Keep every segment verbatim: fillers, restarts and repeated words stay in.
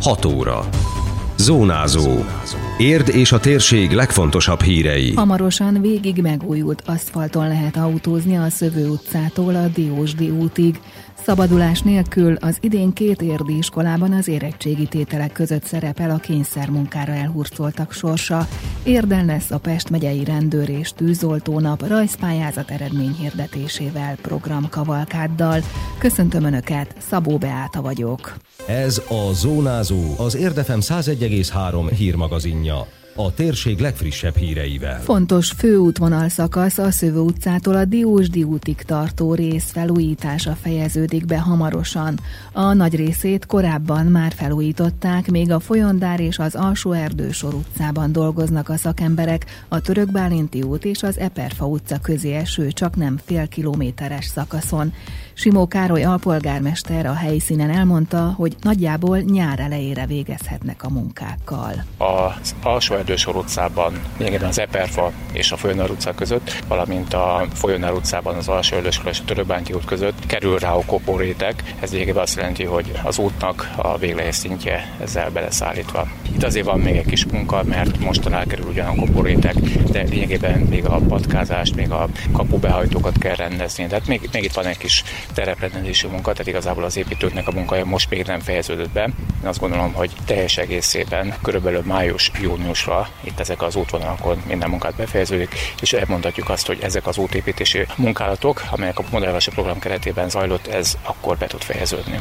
hat óra. Zónázó. Érd és a térség legfontosabb hírei. Hamarosan végig megújult aszfalton lehet autózni a Szövő utcától a Diósdi útig. Szabadulás nélkül az idén két érdi iskolában az érettségi tételek között szerepel a kényszermunkára elhurcoltak sorsa. Érden lesz a Pest megyei rendőr és tűzoltónap rajzpályázat eredményhirdetésével, programkavalkáddal. Köszöntöm Önöket, Szabó Beáta vagyok. Ez a Zónázó, az Érd ef em száz egy egész három hírmagazinja. A térség legfrissebb híreivel. Fontos főútvonal szakasz a Szövő utcától a Diósdi útig tartó rész felújítása fejeződik be hamarosan. A nagy részét korábban már felújították, még a Folyondár és az Alsó-Erdősor utcában dolgoznak a szakemberek, a Török Bálinti út és az Eperfa utca közé eső csak nem fél kilométeres szakaszon. Simó Károly alpolgármester a helyszínen elmondta, hogy nagyjából nyár elejére végezhetnek a munkákkal. Az Alsó-Erdősor utcában, lényegében az Eperfa és a Folyondár utca között, valamint a Folyondár utcában az Alsó-Erdősor és a Török Bálinti út között kerül rá a kopóréteg. Ez lényegében azt jelenti, hogy az útnak a végleges szintje ezzel beleszállítva. Itt azért van még egy kis munka, mert most rákerül ugyan a kopóréteg, de lényegében még a patkázást, még a kapubehajtókat kell rendezni. Tehát még, még itt van egy kis tereprendezési munka, tehát igazából az építőknek a munkája most még nem fejeződött be. Én azt gondolom, hogy teljes egészében körülbelül május-júniusra itt ezek az útvonalakon minden munkát befejeződik, és elmondhatjuk azt, hogy ezek az útépítési munkálatok, amelyek a modellvárosi program keretében zajlott, ez akkor be tud fejeződni.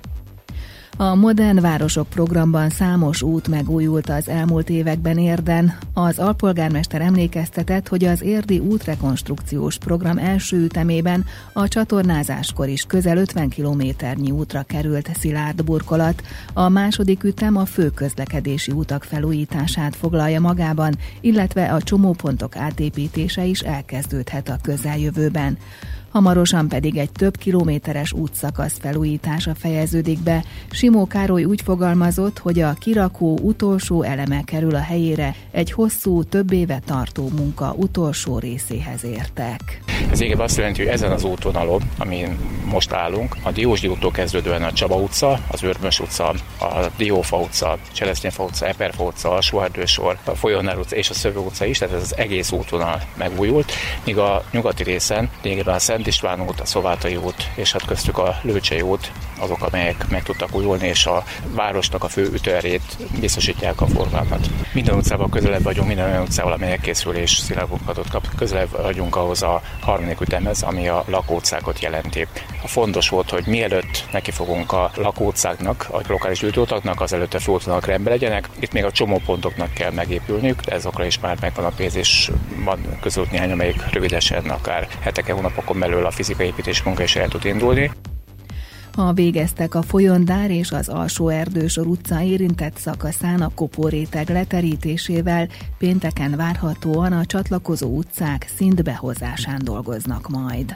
A Modern Városok programban számos út megújult az elmúlt években Érden. Az alpolgármester emlékeztetett, hogy az érdi útrekonstrukciós program első ütemében a csatornázáskor is közel ötven kilométernyi útra került szilárd burkolat. A második ütem a főközlekedési utak felújítását foglalja magában, illetve a csomópontok átépítése is elkezdődhet a közeljövőben. Hamarosan pedig egy több kilométeres útszakasz felújítása fejeződik be. Simó Károly úgy fogalmazott, hogy a kirakó utolsó eleme kerül a helyére, egy hosszú, több éve tartó munka utolsó részéhez értek. Ez igen azt jelenti, hogy ezen az útvonalon, amin most állunk, a Diósdi úttól kezdődően a Csaba utca, az Örmös utca, a Diófa utca, Cseresznyéfa utca, Eperfa utca, Alsó-Erdősor, a Folyondár utca és a Szövő utca is, tehát ez az egész útvonal megújult, míg a nyugati részen lényegében a Szent István út, a Szovátai út és hát köztük a Lőcsei út azok, amelyek meg tudtak újulni, és a városnak a fő ütőerét biztosítják a forgalmat. Minden utcában közelebb vagyunk, minden olyan utcával, amelyek készül és szilárd kap, közelebb vagyunk ahhoz a harmadik ütemhez, ami a lakóutcákat jelenti. A fontos volt, hogy mielőtt nekifogunk a lakóutcáknak, a lokális gyűjtőutaknak, azelőtt a főútvonalak rendbe legyenek. Itt még a csomópontoknak kell megépülniük, de ezokra is már megvan a pénz, és van között néhány, amelyik rövidesen, akár heteken, hónapokon belül a fizikai építés munka is el tud indulni. Ha végeztek a Folyondár és az Alsó-Erdősor utca érintett szakaszán a kopóréteg leterítésével, pénteken várhatóan a csatlakozó utcák szintbehozásán dolgoznak majd.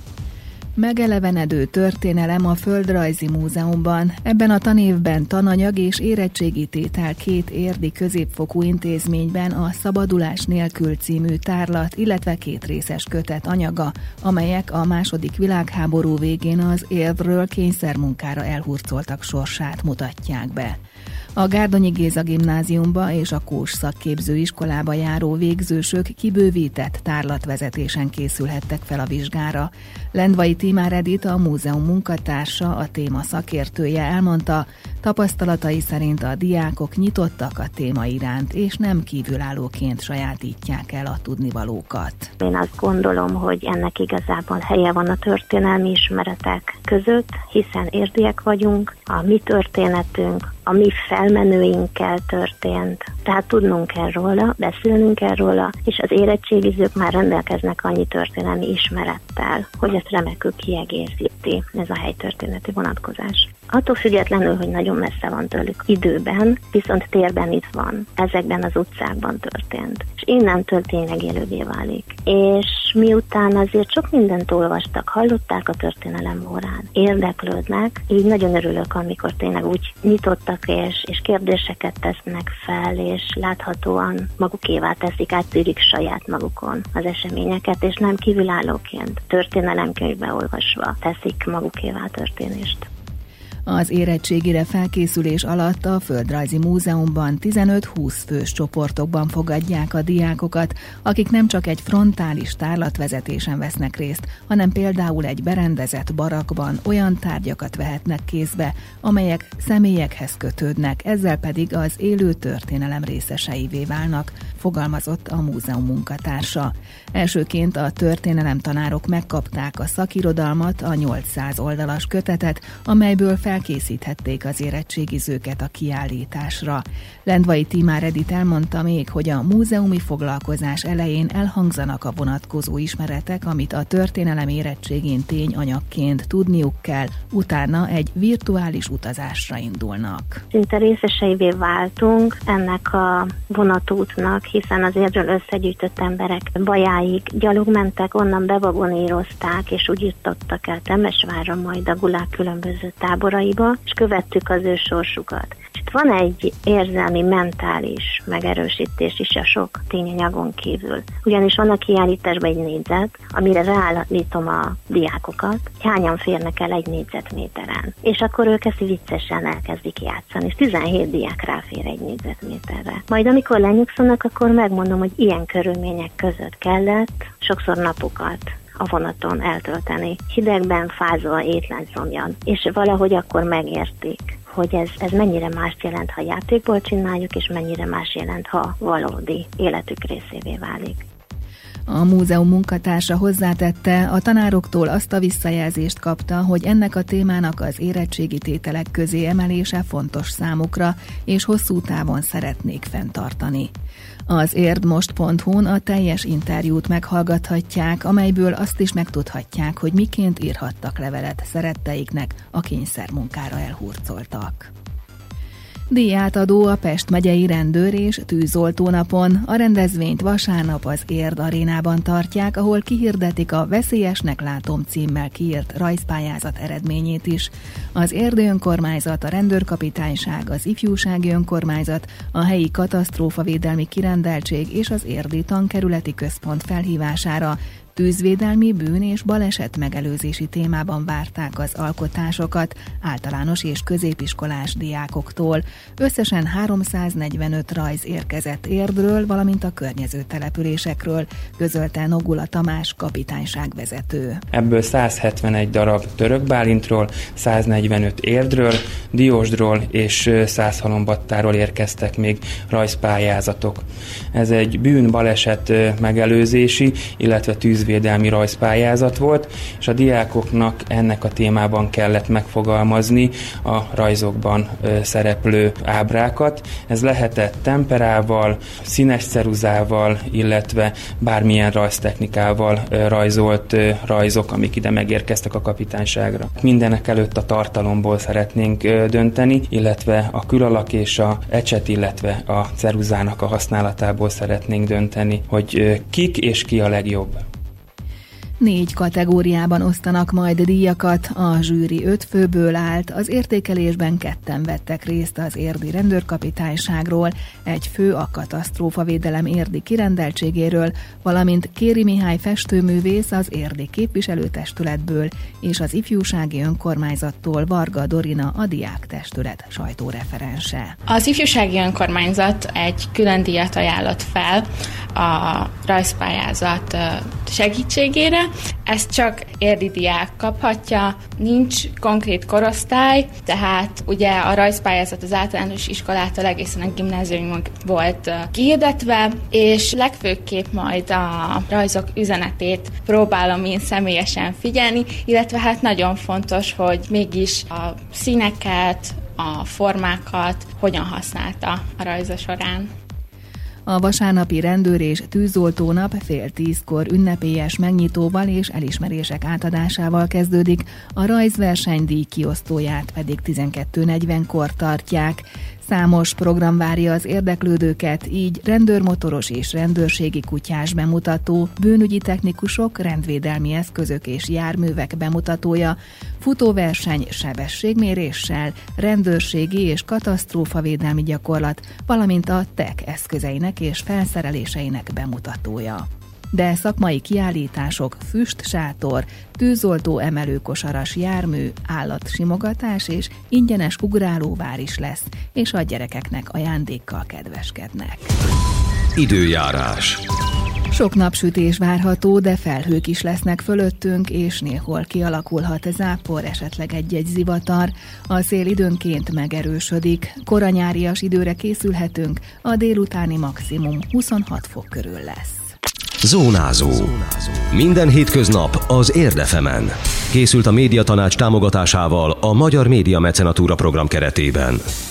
Megelevenedő történelem a Földrajzi Múzeumban. Ebben a tanévben tananyag és érettségi tétel két érdi középfokú intézményben a Szabadulás nélkül című tárlat, illetve két részes kötet anyaga, amelyek a második világháború végén az Érdről kényszermunkára elhurcoltak sorsát mutatják be. A Gárdonyi Géza gimnáziumba és a Kós szakképzőiskolába járó végzősök kibővített tárlatvezetésen készülhettek fel a vizsgára. Lendvai Tímár Edith, a múzeum munkatársa, a téma szakértője elmondta, tapasztalatai szerint a diákok nyitottak a téma iránt, és nem kívülállóként sajátítják el a tudnivalókat. Én azt gondolom, hogy ennek igazából helye van a történelmi ismeretek között, hiszen érdiek vagyunk, a mi történetünk, a mi felmenőinkkel történt. Tehát tudnunk kell róla, beszélnünk kell róla, és az érettségizők már rendelkeznek annyi történelmi ismerettel, hogy ezt remekül kiegészíti ez a helytörténeti vonatkozás. Attól függetlenül, hogy nagyon messze van tőlük időben, viszont térben itt van. Ezekben az utcákban történt. És innentől tényleg élővé válik. És miután azért sok mindent olvastak, hallották a történelem órán, érdeklődnek, így nagyon örülök, amikor tényleg úgy nyitottak és, és kérdéseket tesznek fel, és láthatóan magukévá teszik, áttérik saját magukon az eseményeket, és nem kívülállóként történelemkönyvbe olvasva teszik magukévá a történést. Az érettségire felkészülés alatt a Földrajzi Múzeumban tizenöt-húsz fős csoportokban fogadják a diákokat, akik nem csak egy frontális tárlatvezetésen vesznek részt, hanem például egy berendezett barakban olyan tárgyakat vehetnek kézbe, amelyek személyekhez kötődnek, ezzel pedig az élő történelem részeseivé válnak, fogalmazott a múzeum munkatársa. Elsőként a történelemtanárok megkapták a szakirodalmat, a nyolcszáz oldalas kötetet, amelyből felkészíthették az érettségizőket a kiállításra. Lendvai Tímár Edit elmondta még, hogy a múzeumi foglalkozás elején elhangzanak a vonatkozó ismeretek, amit a történelem érettségén tényanyagként tudniuk kell, utána egy virtuális utazásra indulnak. Szinte részeseivé váltunk ennek a vonatútnak, hiszen az érdről összegyűjtött emberek Bajáig gyalog mentek, onnan bevagonírozták, és úgy jutottak el Temesvárra, majd a Gulág különböző táboraiba, és követtük az ő sorsukat. És itt van egy érzelmi, mentális megerősítés is a sok tényanyagon kívül. Ugyanis van a kiállításban egy négyzet, amire ráállítom a diákokat, hányan férnek el egy négyzetméteren. És akkor ők ezt viccesen elkezdik játszani, és tizenhét diák ráfér egy négyzetméterre. Majd amikor lenyugszanak, akkor megmondom, hogy ilyen körülmények között kellett sokszor napokat a vonaton eltölteni. Hidegben, fázva, étlenszomjan. És valahogy akkor megértik, hogy ez, ez mennyire mást jelent, ha játékból csináljuk, és mennyire más jelent, ha valódi életük részévé válik. A múzeum munkatársa hozzátette, a tanároktól azt a visszajelzést kapta, hogy ennek a témának az érettségi tételek közé emelése fontos számukra, és hosszú távon szeretnék fenntartani. Az érdmost pont hu-n a teljes interjút meghallgathatják, amelyből azt is megtudhatják, hogy miként írhattak levelet szeretteiknek, a kényszermunkára elhurcoltak. Díjátadó a Pest megyei rendőr és tűzoltónapon. A rendezvényt vasárnap az Érd arénában tartják, ahol kihirdetik a Veszélyesnek látom címmel kiírt rajzpályázat eredményét is. Az érdi önkormányzat, a rendőrkapitányság, az ifjúsági önkormányzat, a helyi katasztrófavédelmi kirendeltség és az érdi tankerületi központ felhívására tűzvédelmi, bűn és baleset megelőzési témában várták az alkotásokat általános és középiskolás diákoktól. Összesen háromszáznegyvenöt rajz érkezett Érdről, valamint a környező településekről, közölte Nogula Tamás kapitányságvezető. Ebből száz hetvenegy darab Török Bálintról, száznegyvenöt Érdről, Diósdról és Százhalombattáról érkeztek még rajzpályázatok. Ez egy bűn, baleset megelőzési, illetve tűzvédelmi rajzpályázat volt, és a diákoknak ennek a témában kellett megfogalmazni a rajzokban szereplő ábrákat. Ez lehetett temperával, színes ceruzával, illetve bármilyen rajztechnikával rajzolt rajzok, amik ide megérkeztek a kapitányságra. Mindenek előtt a tartalomból szeretnénk dönteni, illetve a külalak és a ecset, illetve a ceruzának a használatából szeretnénk dönteni, hogy kik és ki a legjobb. Négy kategóriában osztanak majd díjakat, a zsűri öt főből állt, az értékelésben ketten vettek részt az érdi rendőrkapitányságról, egy fő a katasztrófavédelem érdi kirendeltségéről, valamint Kéri Mihály festőművész az érdi képviselőtestületből, és az ifjúsági önkormányzattól Varga Dorina a diáktestület sajtóreferense. Az ifjúsági önkormányzat egy külön díjat ajánlott fel a rajzpályázat segítségére. Ezt csak érdi diák kaphatja, nincs konkrét korosztály, tehát ugye a rajzpályázat az általános iskolától egészen a gimnáziumig volt kihirdetve, és legfőképp majd a rajzok üzenetét próbálom én személyesen figyelni, illetve hát nagyon fontos, hogy mégis a színeket, a formákat hogyan használta a rajza során. A vasárnapi rendőr és tűzoltónap fél tízkor ünnepélyes megnyitóval és elismerések átadásával kezdődik, a rajzverseny díjkiosztóját pedig tizenkettő negyvenkor tartják. Számos program várja az érdeklődőket, így rendőrmotoros és rendőrségi kutyás bemutató, bűnügyi technikusok, rendvédelmi eszközök és járművek bemutatója, futóverseny sebességméréssel, rendőrségi és katasztrófavédelmi gyakorlat, valamint a té e ká eszközeinek és felszereléseinek bemutatója. de szakmai kiállítások, füstsátor, tűzoltó emelőkosaras jármű, állatsimogatás és ingyenes ugrálóvár is lesz, és a gyerekeknek ajándékkal kedveskednek. Időjárás. Sok napsütés várható, de felhők is lesznek fölöttünk, és néhol kialakulhat zápor, esetleg egy-egy zivatar. A szél időnként megerősödik. Koranyárias időre készülhetünk, a délutáni maximum huszonhat fok körül lesz. Zónázó. Minden hétköznap az Érdefemen. Készült a Médiatanács támogatásával a Magyar Média Mecenatúra program keretében.